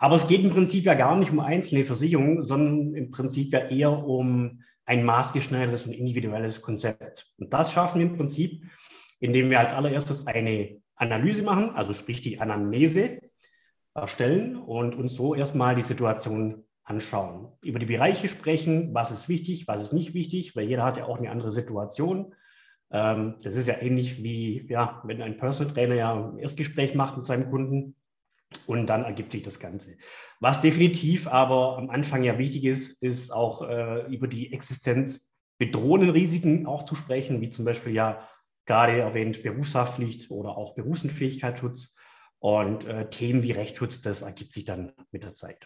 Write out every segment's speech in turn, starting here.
Aber es geht im Prinzip ja gar nicht um einzelne Versicherungen, sondern im Prinzip ja eher um ein maßgeschneidertes und individuelles Konzept. Und das schaffen wir im Prinzip, indem wir als allererstes eine Analyse machen, also sprich die Anamnese erstellen und uns so erstmal die Situation anschauen. Über die Bereiche sprechen, was ist wichtig, was ist nicht wichtig, weil jeder hat ja auch eine andere Situation. Das ist ja ähnlich wie, ja, wenn ein Personal Trainer ja ein Erstgespräch macht mit seinem Kunden und dann ergibt sich das Ganze. Was definitiv aber am Anfang ja wichtig ist, ist auch über die Existenz bedrohenden Risiken auch zu sprechen, wie zum Beispiel ja gerade erwähnt Berufshaftpflicht oder auch Berufsunfähigkeitsschutz und Themen wie Rechtsschutz, das ergibt sich dann mit der Zeit.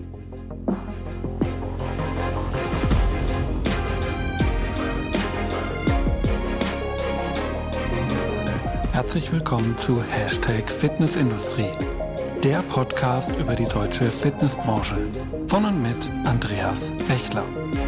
Herzlich willkommen zu #Fitnessindustrie, der Podcast über die deutsche Fitnessbranche von und mit Andreas Bechler.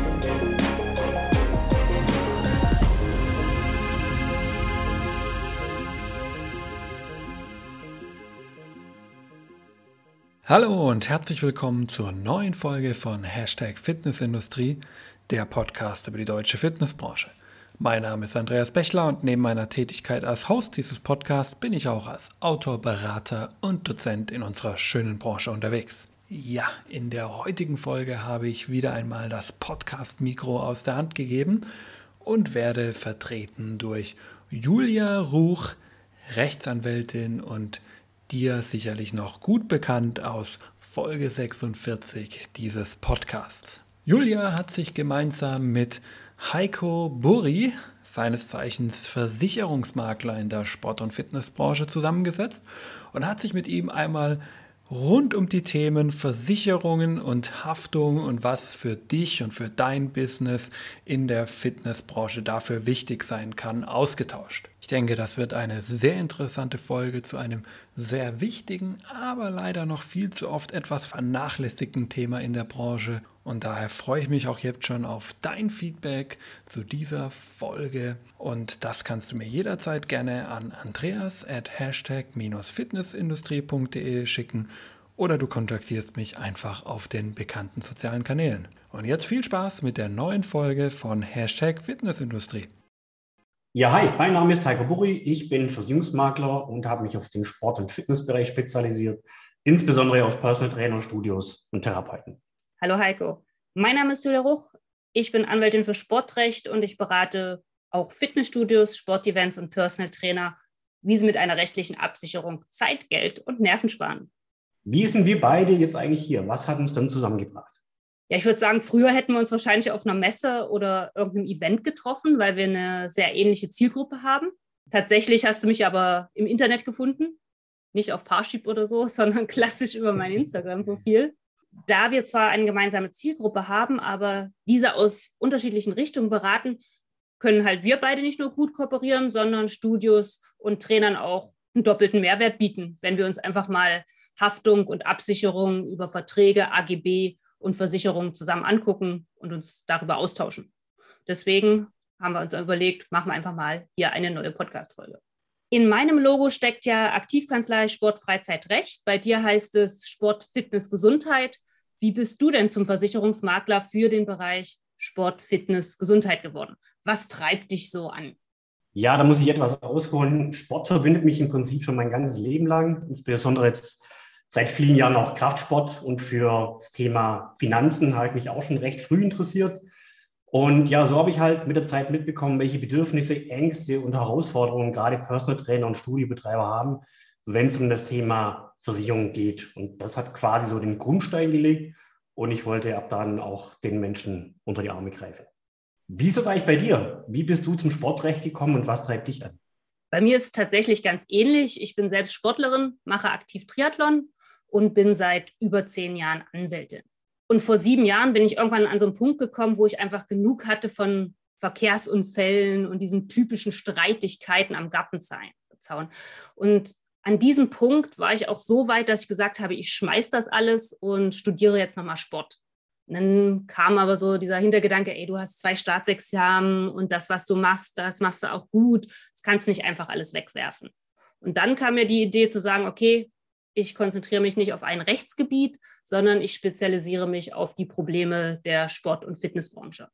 Hallo und herzlich willkommen zur neuen Folge von #Fitnessindustrie, der Podcast über die deutsche Fitnessbranche. Mein Name ist Andreas Bechler und neben meiner Tätigkeit als Host dieses Podcasts bin ich auch als Autor, Berater und Dozent in unserer schönen Branche unterwegs. Ja, in der heutigen Folge habe ich wieder einmal das Podcast-Mikro aus der Hand gegeben und werde vertreten durch Julia Ruch, Rechtsanwältin und dir sicherlich noch gut bekannt aus Folge 46 dieses Podcasts. Julia hat sich gemeinsam mit Heiko Burri, seines Zeichens Versicherungsmakler in der Sport- und Fitnessbranche, zusammengesetzt und hat sich mit ihm einmal rund um die Themen Versicherungen und Haftung und was für dich und für dein Business in der Fitnessbranche dafür wichtig sein kann, ausgetauscht. Ich denke, das wird eine sehr interessante Folge zu einem sehr wichtigen, aber leider noch viel zu oft etwas vernachlässigten Thema in der Branche. Und daher freue ich mich auch jetzt schon auf dein Feedback zu dieser Folge. Und das kannst du mir jederzeit gerne an andreas@fitnessindustrie.de schicken oder du kontaktierst mich einfach auf den bekannten sozialen Kanälen. Und jetzt viel Spaß mit der neuen Folge von #Fitnessindustrie. Ja, hi, mein Name ist Heiko Burri, ich bin Versicherungsmakler und habe mich auf den Sport- und Fitnessbereich spezialisiert, insbesondere auf Personal Trainer, Studios und Therapeuten. Hallo Heiko, mein Name ist Julia Ruch, ich bin Anwältin für Sportrecht und ich berate auch Fitnessstudios, Sportevents und Personal Trainer, wie sie mit einer rechtlichen Absicherung Zeit, Geld und Nerven sparen. Wie sind wir beide jetzt eigentlich hier? Was hat uns dann zusammengebracht? Ja, ich würde sagen, früher hätten wir uns wahrscheinlich auf einer Messe oder irgendeinem Event getroffen, weil wir eine sehr ähnliche Zielgruppe haben. Tatsächlich hast du mich aber im Internet gefunden, nicht auf Parship oder so, sondern klassisch über mein Instagram-Profil. Da wir zwar eine gemeinsame Zielgruppe haben, aber diese aus unterschiedlichen Richtungen beraten, können halt wir beide nicht nur gut kooperieren, sondern Studios und Trainern auch einen doppelten Mehrwert bieten, wenn wir uns einfach mal Haftung und Absicherung über Verträge, AGB und Versicherungen zusammen angucken und uns darüber austauschen. Deswegen haben wir uns überlegt, machen wir einfach mal hier eine neue Podcast-Folge. In meinem Logo steckt ja Aktivkanzlei Sport, Freizeit, Recht. Bei dir heißt es Sport, Fitness, Gesundheit. Wie bist du denn zum Versicherungsmakler für den Bereich Sport, Fitness, Gesundheit geworden? Was treibt dich so an? Ja, da muss ich etwas ausholen. Sport verbindet mich im Prinzip schon mein ganzes Leben lang, insbesondere jetzt seit vielen Jahren auch Kraftsport und für das Thema Finanzen habe ich mich auch schon recht früh interessiert. Und ja, so habe ich halt mit der Zeit mitbekommen, welche Bedürfnisse, Ängste und Herausforderungen gerade Personal Trainer und Studiobetreiber haben, wenn es um das Thema Versicherung geht. Und das hat quasi so den Grundstein gelegt und ich wollte ab dann auch den Menschen unter die Arme greifen. Wie ist das eigentlich bei dir? Wie bist du zum Sportrecht gekommen und was treibt dich an? Bei mir ist es tatsächlich ganz ähnlich. Ich bin selbst Sportlerin, mache aktiv Triathlon und bin seit über 10 Jahren Anwältin. Und vor 7 Jahren bin ich irgendwann an so einen Punkt gekommen, wo ich einfach genug hatte von Verkehrsunfällen und diesen typischen Streitigkeiten am Gartenzaun. Und an diesem Punkt war ich auch so weit, dass ich gesagt habe, ich schmeiß das alles und studiere jetzt nochmal Sport. Und dann kam aber so dieser Hintergedanke, ey, du hast 2 Staatsexamen und das, was du machst, das machst du auch gut. Das kannst du nicht einfach alles wegwerfen. Und dann kam mir die Idee zu sagen, okay, ich konzentriere mich nicht auf ein Rechtsgebiet, sondern ich spezialisiere mich auf die Probleme der Sport- und Fitnessbranche.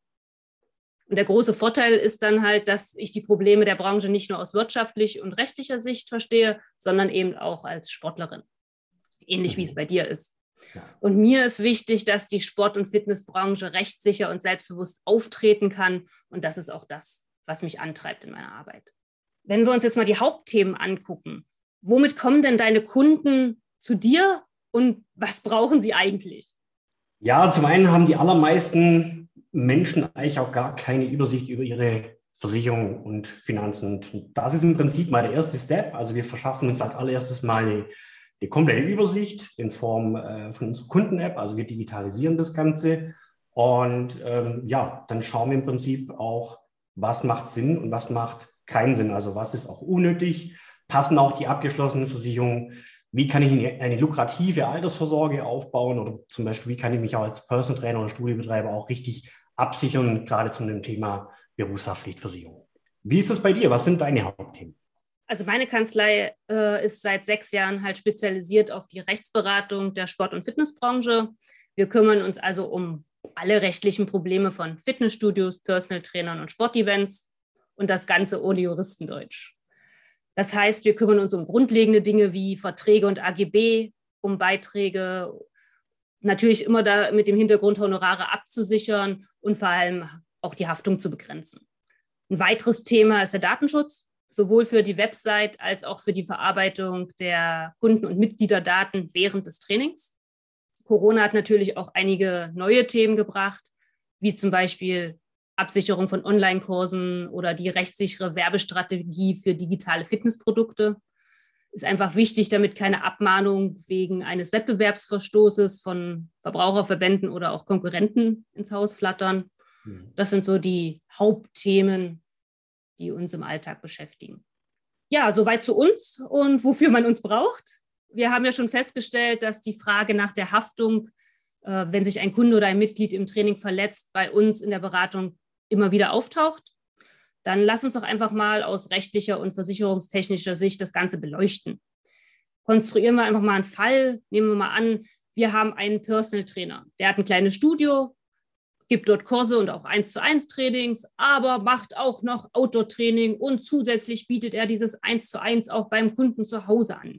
Und der große Vorteil ist dann halt, dass ich die Probleme der Branche nicht nur aus wirtschaftlich und rechtlicher Sicht verstehe, sondern eben auch als Sportlerin. Ähnlich wie es bei dir ist. Und mir ist wichtig, dass die Sport- und Fitnessbranche rechtssicher und selbstbewusst auftreten kann. Und das ist auch das, was mich antreibt in meiner Arbeit. Wenn wir uns jetzt mal die Hauptthemen angucken, womit kommen denn deine Kunden zu dir und was brauchen sie eigentlich? Ja, zum einen haben die allermeisten Menschen eigentlich auch gar keine Übersicht über ihre Versicherung und Finanzen. Und das ist im Prinzip mal der erste Step. Also wir verschaffen uns als allererstes mal eine komplette Übersicht in Form von unserer Kunden-App. Also wir digitalisieren das Ganze und dann schauen wir im Prinzip auch, was macht Sinn und was macht keinen Sinn. Also was ist auch unnötig, passen auch die abgeschlossenen Versicherungen. Wie kann ich eine lukrative Altersvorsorge aufbauen oder zum Beispiel, wie kann ich mich auch als Personal Trainer oder Studiobetreiber auch richtig absichern, gerade zu dem Thema Berufshaftpflichtversicherung. Wie ist das bei dir? Was sind deine Hauptthemen? Also meine Kanzlei ist seit 6 Jahren halt spezialisiert auf die Rechtsberatung der Sport- und Fitnessbranche. Wir kümmern uns also um alle rechtlichen Probleme von Fitnessstudios, Personal Trainern und Sportevents und das Ganze ohne Juristendeutsch. Das heißt, wir kümmern uns um grundlegende Dinge wie Verträge und AGB, um Beiträge, natürlich immer da mit dem Hintergrund, Honorare abzusichern und vor allem auch die Haftung zu begrenzen. Ein weiteres Thema ist der Datenschutz, sowohl für die Website als auch für die Verarbeitung der Kunden- und Mitgliederdaten während des Trainings. Corona hat natürlich auch einige neue Themen gebracht, wie zum Beispiel Absicherung von Online-Kursen oder die rechtssichere Werbestrategie für digitale Fitnessprodukte. Ist einfach wichtig, damit keine Abmahnung wegen eines Wettbewerbsverstoßes von Verbraucherverbänden oder auch Konkurrenten ins Haus flattern. Das sind so die Hauptthemen, die uns im Alltag beschäftigen. Ja, soweit zu uns und wofür man uns braucht. Wir haben ja schon festgestellt, dass die Frage nach der Haftung, wenn sich ein Kunde oder ein Mitglied im Training verletzt, bei uns in der Beratung immer wieder auftaucht. Dann lass uns doch einfach mal aus rechtlicher und versicherungstechnischer Sicht das Ganze beleuchten. Konstruieren wir einfach mal einen Fall. Nehmen wir mal an, wir haben einen Personal Trainer. Der hat ein kleines Studio, gibt dort Kurse und auch 1:1 Trainings, aber macht auch noch Outdoor-Training und zusätzlich bietet er dieses 1:1 auch beim Kunden zu Hause an.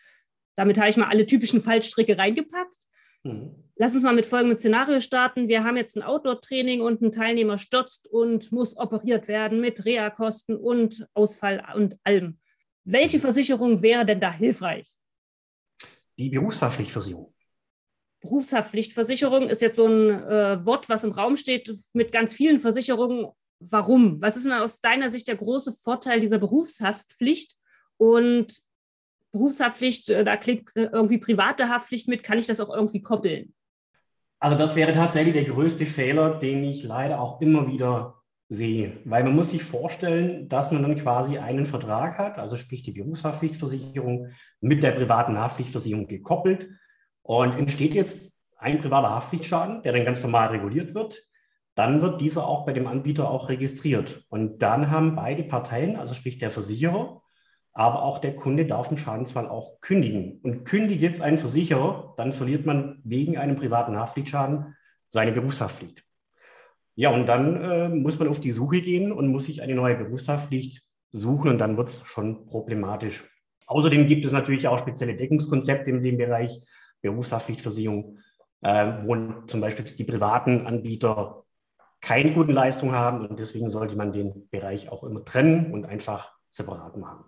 Damit habe ich mal alle typischen Fallstricke reingepackt. Lass uns mal mit folgendem Szenario starten. Wir haben jetzt ein Outdoor-Training und ein Teilnehmer stürzt und muss operiert werden mit Reha-Kosten und Ausfall und allem. Welche Versicherung wäre denn da hilfreich? Die Berufshaftpflichtversicherung. Berufshaftpflichtversicherung ist jetzt so ein Wort, was im Raum steht mit ganz vielen Versicherungen. Warum? Was ist denn aus deiner Sicht der große Vorteil dieser Berufshaftpflicht? Und Berufshaftpflicht, da klingt irgendwie private Haftpflicht mit, kann ich das auch irgendwie koppeln? Also das wäre tatsächlich der größte Fehler, den ich leider auch immer wieder sehe. Weil man muss sich vorstellen, dass man dann quasi einen Vertrag hat, also sprich die Berufshaftpflichtversicherung mit der privaten Haftpflichtversicherung gekoppelt. Und entsteht jetzt ein privater Haftpflichtschaden, der dann ganz normal reguliert wird, dann wird dieser auch bei dem Anbieter auch registriert. Und dann haben beide Parteien, also sprich der Versicherer, aber auch der Kunde darf im Schadensfall auch kündigen. Und kündigt jetzt ein Versicherer, dann verliert man wegen einem privaten Haftpflichtschaden seine Berufshaftpflicht. Ja, und dann muss man auf die Suche gehen und muss sich eine neue Berufshaftpflicht suchen und dann wird es schon problematisch. Außerdem gibt es natürlich auch spezielle Deckungskonzepte in dem Bereich Berufshaftpflichtversicherung, wo zum Beispiel die privaten Anbieter keine guten Leistungen haben und deswegen sollte man den Bereich auch immer trennen und einfach separat machen.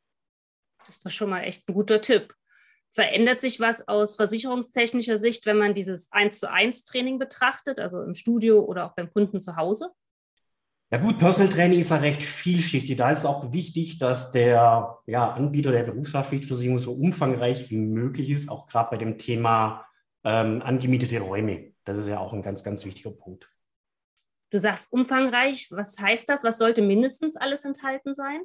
Das ist doch schon mal echt ein guter Tipp. Verändert sich was aus versicherungstechnischer Sicht, wenn man dieses 1:1 Training betrachtet, also im Studio oder auch beim Kunden zu Hause? Ja gut, Personal Training ist ja recht vielschichtig. Da ist es auch wichtig, dass der Anbieter der Berufshaftpflichtversicherung so umfangreich wie möglich ist, auch gerade bei dem Thema angemietete Räume. Das ist ja auch ein ganz, ganz wichtiger Punkt. Du sagst umfangreich. Was heißt das? Was sollte mindestens alles enthalten sein?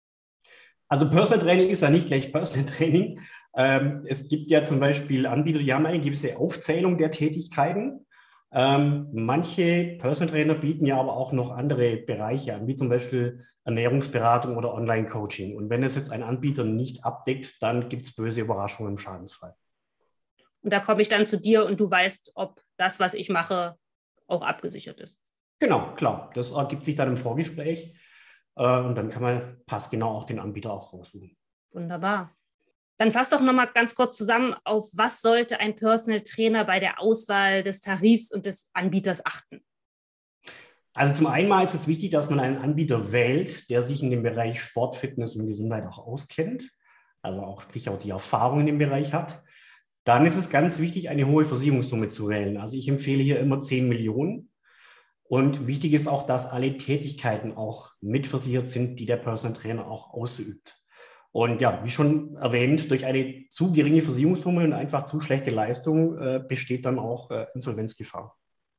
Also Personal Training ist ja nicht gleich Personal Training. Es gibt ja zum Beispiel Anbieter, die haben eine gewisse Aufzählung der Tätigkeiten. Manche Personal Trainer bieten ja aber auch noch andere Bereiche an, wie zum Beispiel Ernährungsberatung oder Online-Coaching. Und wenn es jetzt ein Anbieter nicht abdeckt, dann gibt es böse Überraschungen im Schadensfall. Und da komme ich dann zu dir und du weißt, ob das, was ich mache, auch abgesichert ist. Genau, klar. Das ergibt sich dann im Vorgespräch. Und dann kann man passgenau auch den Anbieter auch raussuchen. Wunderbar. Dann fass doch nochmal ganz kurz zusammen, auf was sollte ein Personal Trainer bei der Auswahl des Tarifs und des Anbieters achten? Also zum einen mal ist es wichtig, dass man einen Anbieter wählt, der sich in dem Bereich Sport, Fitness und Gesundheit auch auskennt, also auch sprich auch die Erfahrung in dem Bereich hat. Dann ist es ganz wichtig, eine hohe Versicherungssumme zu wählen. Also ich empfehle hier immer 10 Millionen. Und wichtig ist auch, dass alle Tätigkeiten auch mitversichert sind, die der Personal Trainer auch ausübt. Und ja, wie schon erwähnt, durch eine zu geringe Versicherungssumme und einfach zu schlechte Leistung besteht dann auch Insolvenzgefahr.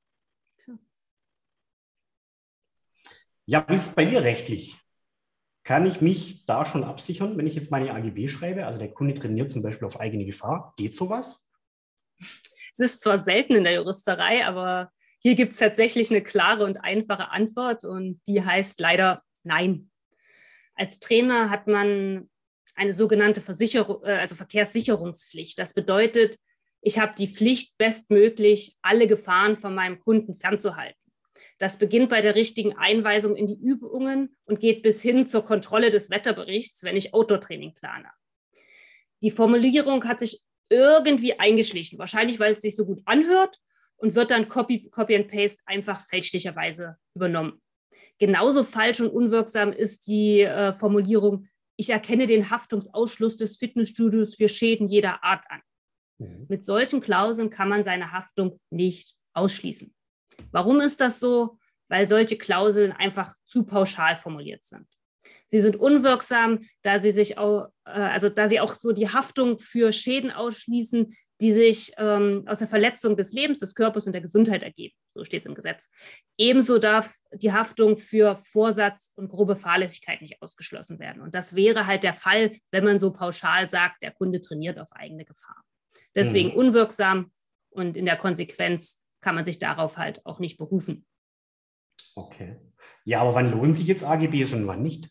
Ja, wie ist es bei dir rechtlich? Kann ich mich da schon absichern, wenn ich jetzt meine AGB schreibe? Also der Kunde trainiert zum Beispiel auf eigene Gefahr. Geht sowas? Es ist zwar selten in der Juristerei, aber hier gibt es tatsächlich eine klare und einfache Antwort und die heißt leider nein. Als Trainer hat man eine sogenannte Verkehrssicherungspflicht. Das bedeutet, ich habe die Pflicht, bestmöglich alle Gefahren von meinem Kunden fernzuhalten. Das beginnt bei der richtigen Einweisung in die Übungen und geht bis hin zur Kontrolle des Wetterberichts, wenn ich Outdoor-Training plane. Die Formulierung hat sich irgendwie eingeschlichen, wahrscheinlich, weil es sich so gut anhört und wird dann Copy and Paste einfach fälschlicherweise übernommen. Genauso falsch und unwirksam ist die Formulierung, ich erkenne den Haftungsausschluss des Fitnessstudios für Schäden jeder Art an. Mit solchen Klauseln kann man seine Haftung nicht ausschließen. Warum ist das so? Weil solche Klauseln einfach zu pauschal formuliert sind. Sie sind unwirksam, da sie auch so die Haftung für Schäden ausschließen, die sich aus der Verletzung des Lebens, des Körpers und der Gesundheit ergeben. So steht es im Gesetz. Ebenso darf die Haftung für Vorsatz und grobe Fahrlässigkeit nicht ausgeschlossen werden. Und das wäre halt der Fall, wenn man so pauschal sagt, der Kunde trainiert auf eigene Gefahr. Deswegen unwirksam und in der Konsequenz kann man sich darauf halt auch nicht berufen. Okay. Ja, aber wann lohnen sich jetzt AGBs und wann nicht?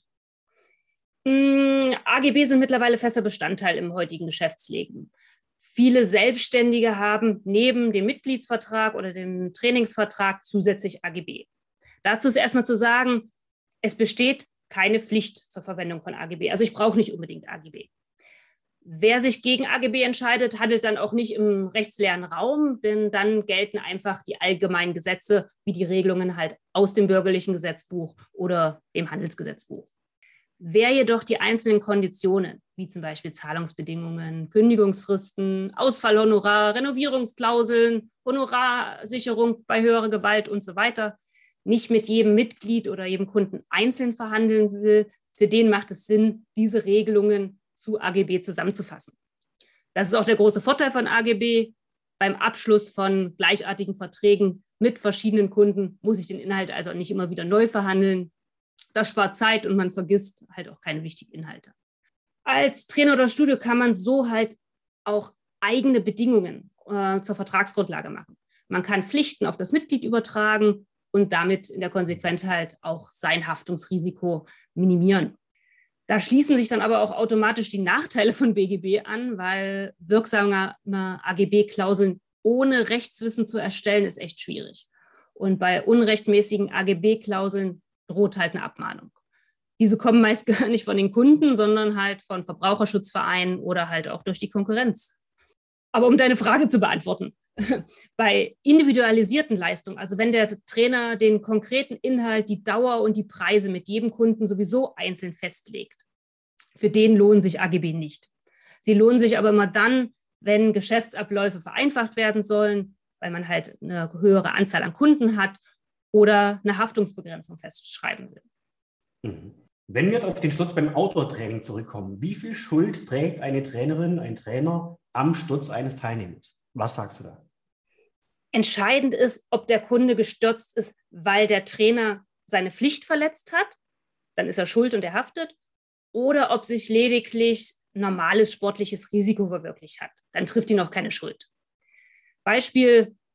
AGB sind mittlerweile fester Bestandteil im heutigen Geschäftsleben. Viele Selbstständige haben neben dem Mitgliedsvertrag oder dem Trainingsvertrag zusätzlich AGB. Dazu ist erstmal zu sagen, es besteht keine Pflicht zur Verwendung von AGB. Also ich brauche nicht unbedingt AGB. Wer sich gegen AGB entscheidet, handelt dann auch nicht im rechtsleeren Raum, denn dann gelten einfach die allgemeinen Gesetze wie die Regelungen halt aus dem bürgerlichen Gesetzbuch oder dem Handelsgesetzbuch. Wer jedoch die einzelnen Konditionen, wie zum Beispiel Zahlungsbedingungen, Kündigungsfristen, Ausfallhonorar, Renovierungsklauseln, Honorarsicherung bei höherer Gewalt und so weiter, nicht mit jedem Mitglied oder jedem Kunden einzeln verhandeln will, für den macht es Sinn, diese Regelungen zu AGB zusammenzufassen. Das ist auch der große Vorteil von AGB. Beim Abschluss von gleichartigen Verträgen mit verschiedenen Kunden muss ich den Inhalt also nicht immer wieder neu verhandeln. Das spart Zeit und man vergisst halt auch keine wichtigen Inhalte. Als Trainer oder Studio kann man so halt auch eigene Bedingungen zur Vertragsgrundlage machen. Man kann Pflichten auf das Mitglied übertragen und damit in der Konsequenz halt auch sein Haftungsrisiko minimieren. Da schließen sich dann aber auch automatisch die Nachteile von BGB an, weil wirksame AGB-Klauseln ohne Rechtswissen zu erstellen, ist echt schwierig. Und bei unrechtmäßigen AGB-Klauseln droht halt eine Abmahnung. Diese kommen meist gar nicht von den Kunden, sondern halt von Verbraucherschutzvereinen oder halt auch durch die Konkurrenz. Aber um deine Frage zu beantworten, bei individualisierten Leistungen, also wenn der Trainer den konkreten Inhalt, die Dauer und die Preise mit jedem Kunden sowieso einzeln festlegt, für den lohnen sich AGB nicht. Sie lohnen sich aber immer dann, wenn Geschäftsabläufe vereinfacht werden sollen, weil man halt eine höhere Anzahl an Kunden hat oder eine Haftungsbegrenzung festschreiben will. Wenn wir jetzt auf den Sturz beim Outdoor-Training zurückkommen, wie viel Schuld trägt eine Trainerin, ein Trainer am Sturz eines Teilnehmers? Was sagst du da? Entscheidend ist, ob der Kunde gestürzt ist, weil der Trainer seine Pflicht verletzt hat, dann ist er schuld und er haftet, oder ob sich lediglich normales sportliches Risiko verwirklicht hat, dann trifft ihn auch keine Schuld. Beispiel,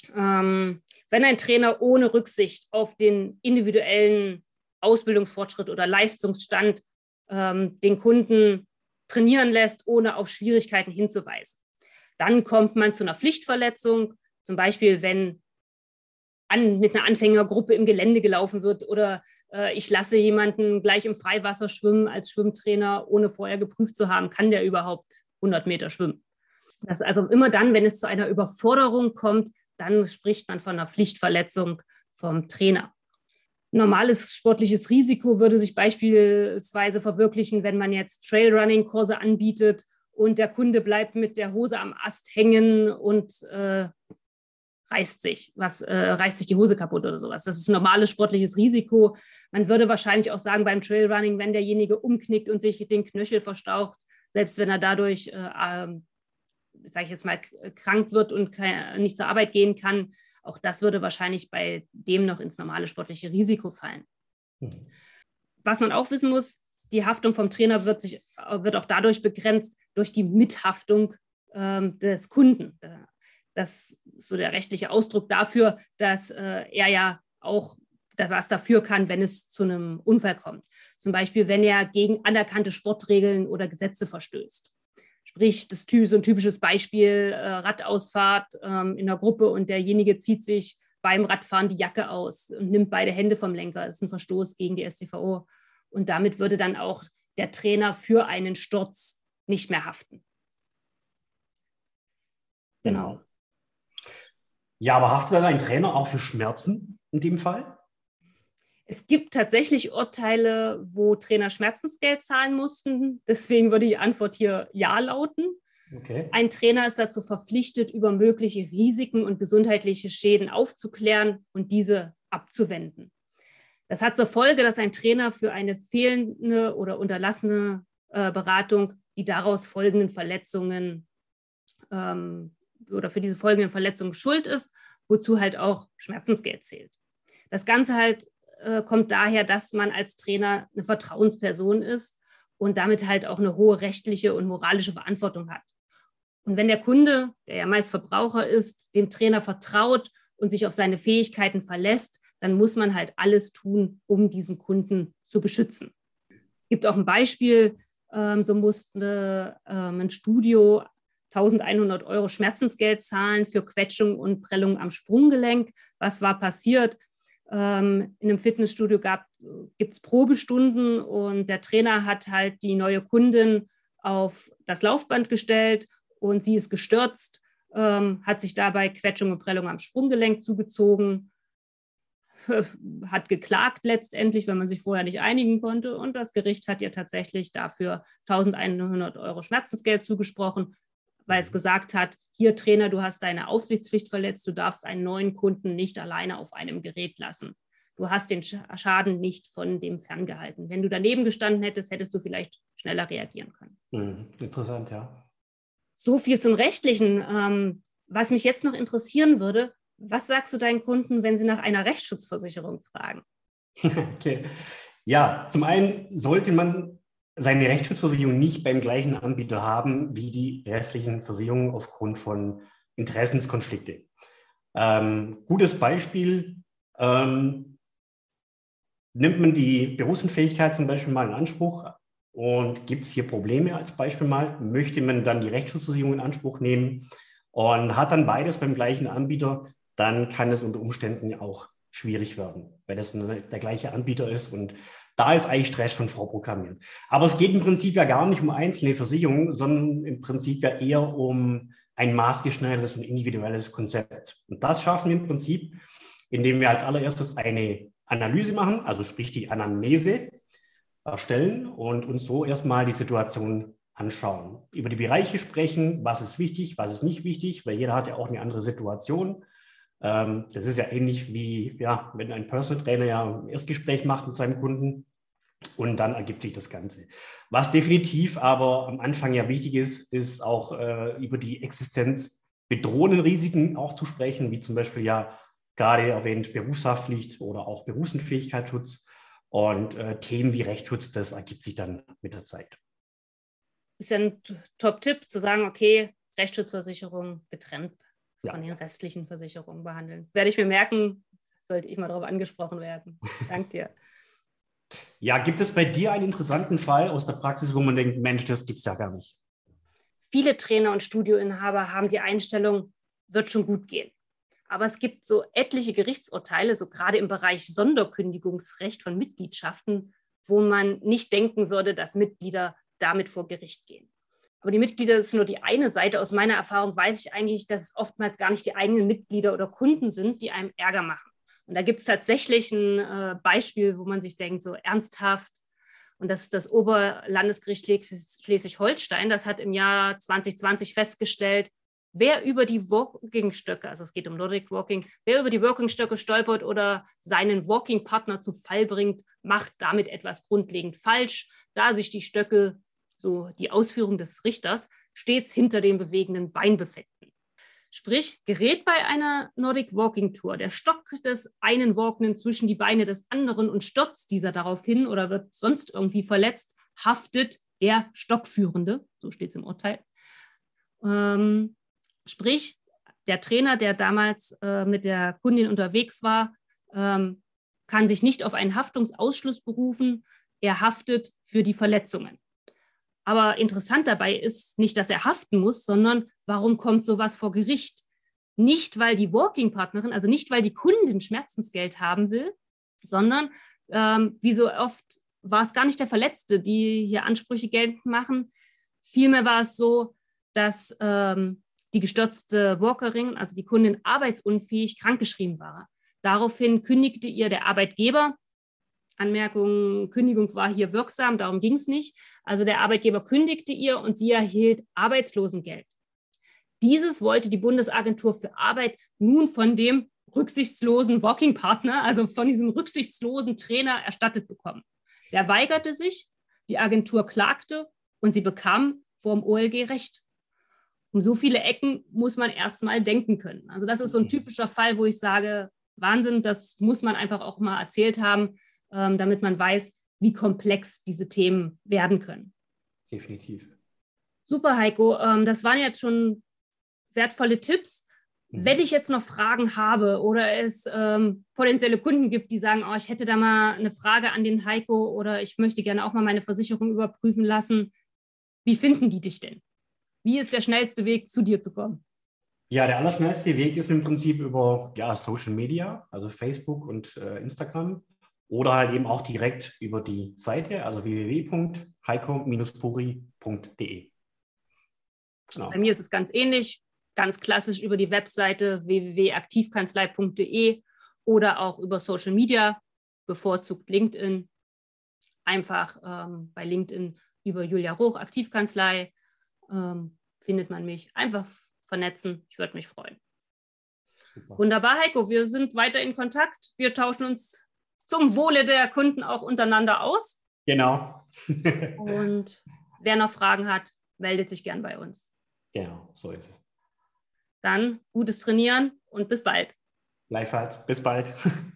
Wenn ein Trainer ohne Rücksicht auf den individuellen Ausbildungsfortschritt oder Leistungsstand den Kunden trainieren lässt, ohne auf Schwierigkeiten hinzuweisen. Dann kommt man zu einer Pflichtverletzung, zum Beispiel wenn mit einer Anfängergruppe im Gelände gelaufen wird oder ich lasse jemanden gleich im Freiwasser schwimmen als Schwimmtrainer, ohne vorher geprüft zu haben, kann der überhaupt 100 Meter schwimmen. Das also immer dann, wenn es zu einer Überforderung kommt, dann spricht man von einer Pflichtverletzung vom Trainer. Normales sportliches Risiko würde sich beispielsweise verwirklichen, wenn man jetzt Trailrunning-Kurse anbietet und der Kunde bleibt mit der Hose am Ast hängen und reißt sich die Hose kaputt oder sowas. Das ist ein normales sportliches Risiko. Man würde wahrscheinlich auch sagen, beim Trailrunning, wenn derjenige umknickt und sich den Knöchel verstaucht, selbst wenn er dadurch, sage ich jetzt mal, krank wird und nicht zur Arbeit gehen kann, auch das würde wahrscheinlich bei dem noch ins normale sportliche Risiko fallen. Was man auch wissen muss, die Haftung vom Trainer wird auch dadurch begrenzt durch die Mithaftung des Kunden. Das ist so der rechtliche Ausdruck dafür, dass er ja auch was dafür kann, wenn es zu einem Unfall kommt. Zum Beispiel, wenn er gegen anerkannte Sportregeln oder Gesetze verstößt. Sprich, so ein typisches Beispiel, Radausfahrt in der Gruppe und derjenige zieht sich beim Radfahren die Jacke aus und nimmt beide Hände vom Lenker. Das ist ein Verstoß gegen die StVO. Und damit würde dann auch der Trainer für einen Sturz nicht mehr haften. Genau. Ja, aber haftet dann ein Trainer auch für Schmerzen in dem Fall? Es gibt tatsächlich Urteile, wo Trainer Schmerzensgeld zahlen mussten. Deswegen würde die Antwort hier ja lauten. Okay. Ein Trainer ist dazu verpflichtet, über mögliche Risiken und gesundheitliche Schäden aufzuklären und diese abzuwenden. Das hat zur Folge, dass ein Trainer für eine fehlende oder unterlassene Beratung die daraus folgenden Verletzungen oder für diese folgenden Verletzungen schuld ist, wozu halt auch Schmerzensgeld zählt. Das Ganze halt kommt daher, dass man als Trainer eine Vertrauensperson ist und damit halt auch eine hohe rechtliche und moralische Verantwortung hat. Und wenn der Kunde, der ja meist Verbraucher ist, dem Trainer vertraut und sich auf seine Fähigkeiten verlässt, dann muss man halt alles tun, um diesen Kunden zu beschützen. Es gibt auch ein Beispiel, so musste ein Studio 1.100 € Schmerzensgeld zahlen für Quetschung und Prellung am Sprunggelenk. Was war passiert? In einem Fitnessstudio gibt es Probestunden und der Trainer hat halt die neue Kundin auf das Laufband gestellt und sie ist gestürzt, hat sich dabei Quetschung und Prellung am Sprunggelenk zugezogen, hat geklagt letztendlich, weil man sich vorher nicht einigen konnte und das Gericht hat ihr tatsächlich dafür 1.100 € Schmerzensgeld zugesprochen, weil es gesagt hat, hier Trainer, du hast deine Aufsichtspflicht verletzt, du darfst einen neuen Kunden nicht alleine auf einem Gerät lassen. Du hast den Schaden nicht von dem ferngehalten. Wenn du daneben gestanden hättest, hättest du vielleicht schneller reagieren können. Interessant, ja. So viel zum Rechtlichen. Was mich jetzt noch interessieren würde, was sagst du deinen Kunden, wenn sie nach einer Rechtsschutzversicherung fragen? Okay. Ja, zum einen sollte man seine Rechtsschutzversicherung nicht beim gleichen Anbieter haben wie die restlichen Versicherungen aufgrund von Interessenskonflikte. Gutes Beispiel, nimmt man die Berufsunfähigkeit zum Beispiel mal in Anspruch und gibt es hier Probleme als Beispiel mal, möchte man dann die Rechtsschutzversicherung in Anspruch nehmen und hat dann beides beim gleichen Anbieter, dann kann es unter Umständen auch schwierig werden, weil das der gleiche Anbieter ist und da ist eigentlich Stress schon vorprogrammiert. Aber es geht im Prinzip ja gar nicht um einzelne Versicherungen, sondern im Prinzip ja eher um ein maßgeschneidertes und individuelles Konzept. Und das schaffen wir im Prinzip, indem wir als allererstes eine Analyse machen, also sprich die Anamnese erstellen und uns so erstmal die Situation anschauen. Über die Bereiche sprechen, was ist wichtig, was ist nicht wichtig, weil jeder hat ja auch eine andere Situation. Das ist ja ähnlich wie, ja, wenn ein Personal Trainer ja ein Erstgespräch macht mit seinem Kunden und dann ergibt sich das Ganze. Was definitiv aber am Anfang ja wichtig ist, ist auch über die existenzbedrohenden Risiken auch zu sprechen, wie zum Beispiel ja gerade erwähnt Berufshaftpflicht oder auch Berufsunfähigkeitsschutz und Themen wie Rechtsschutz, das ergibt sich dann mit der Zeit. Ist ja ein Top-Tipp zu sagen, okay, Rechtsschutzversicherung getrennt von den restlichen Versicherungen behandeln. Werde ich mir merken, sollte ich mal darauf angesprochen werden. Danke dir. Ja, gibt es bei dir einen interessanten Fall aus der Praxis, wo man denkt, Mensch, das gibt es ja gar nicht? Viele Trainer und Studioinhaber haben die Einstellung, wird schon gut gehen. Aber es gibt so etliche Gerichtsurteile, so gerade im Bereich Sonderkündigungsrecht von Mitgliedschaften, wo man nicht denken würde, dass Mitglieder damit vor Gericht gehen. Aber die Mitglieder, das ist nur die eine Seite. Aus meiner Erfahrung weiß ich eigentlich, dass es oftmals gar nicht die eigenen Mitglieder oder Kunden sind, die einem Ärger machen. Und da gibt es tatsächlich ein Beispiel, wo man sich denkt, so ernsthaft, und das ist das Oberlandesgericht Schleswig-Holstein, das hat im Jahr 2020 festgestellt, wer über die Walking-Stöcke, also es geht um Nordic Walking, wer über die Walking-Stöcke stolpert oder seinen Walking-Partner zu Fall bringt, macht damit etwas grundlegend falsch, da sich die Stöcke, so die Ausführung des Richters, stets hinter dem bewegenden Bein befinden. Sprich, gerät bei einer Nordic Walking Tour der Stock des einen Walkenden zwischen die Beine des anderen und stürzt dieser darauf hin oder wird sonst irgendwie verletzt, haftet der Stockführende, so steht es im Urteil. Sprich, der Trainer, der damals mit der Kundin unterwegs war, kann sich nicht auf einen Haftungsausschluss berufen, er haftet für die Verletzungen. Aber interessant dabei ist nicht, dass er haften muss, sondern warum kommt sowas vor Gericht? Nicht, weil die Walking-Partnerin, also nicht, weil die Kundin Schmerzensgeld haben will, sondern wie so oft war es gar nicht der Verletzte, die hier Ansprüche geltend machen. Vielmehr war es so, dass die gestürzte Walkerin, also die Kundin, arbeitsunfähig krankgeschrieben war. Daraufhin kündigte ihr der Arbeitgeber, Anmerkung, Kündigung war hier wirksam, darum ging es nicht. Also der Arbeitgeber kündigte ihr und sie erhielt Arbeitslosengeld. Dieses wollte die Bundesagentur für Arbeit nun von dem rücksichtslosen Walking-Partner, also von diesem rücksichtslosen Trainer erstattet bekommen. Der weigerte sich, die Agentur klagte und sie bekam vor dem OLG Recht. Um so viele Ecken muss man erstmal denken können. Also das ist so ein typischer Fall, wo ich sage, Wahnsinn, das muss man einfach auch mal erzählt haben, damit man weiß, wie komplex diese Themen werden können. Definitiv. Super, Heiko. Das waren jetzt schon wertvolle Tipps. Wenn ich jetzt noch Fragen habe oder es potenzielle Kunden gibt, die sagen, oh, ich hätte da mal eine Frage an den Heiko oder ich möchte gerne auch mal meine Versicherung überprüfen lassen, wie finden die dich denn? Wie ist der schnellste Weg, zu dir zu kommen? Ja, der allerschnellste Weg ist im Prinzip über Social Media, also Facebook und Instagram. Oder halt eben auch direkt über die Seite, also www.heiko-puri.de. Genau. Bei mir ist es ganz ähnlich, ganz klassisch über die Webseite www.aktivkanzlei.de oder auch über Social Media, bevorzugt LinkedIn. Einfach bei LinkedIn über Julia Roch, Aktivkanzlei, findet man mich. Einfach vernetzen, ich würde mich freuen. Super. Wunderbar, Heiko, wir sind weiter in Kontakt. Wir tauschen uns zum Wohle der Kunden auch untereinander aus. Genau. Und wer noch Fragen hat, meldet sich gern bei uns. Genau, so ist es. Dann gutes Trainieren und bis bald. Gleichfalls, bis bald.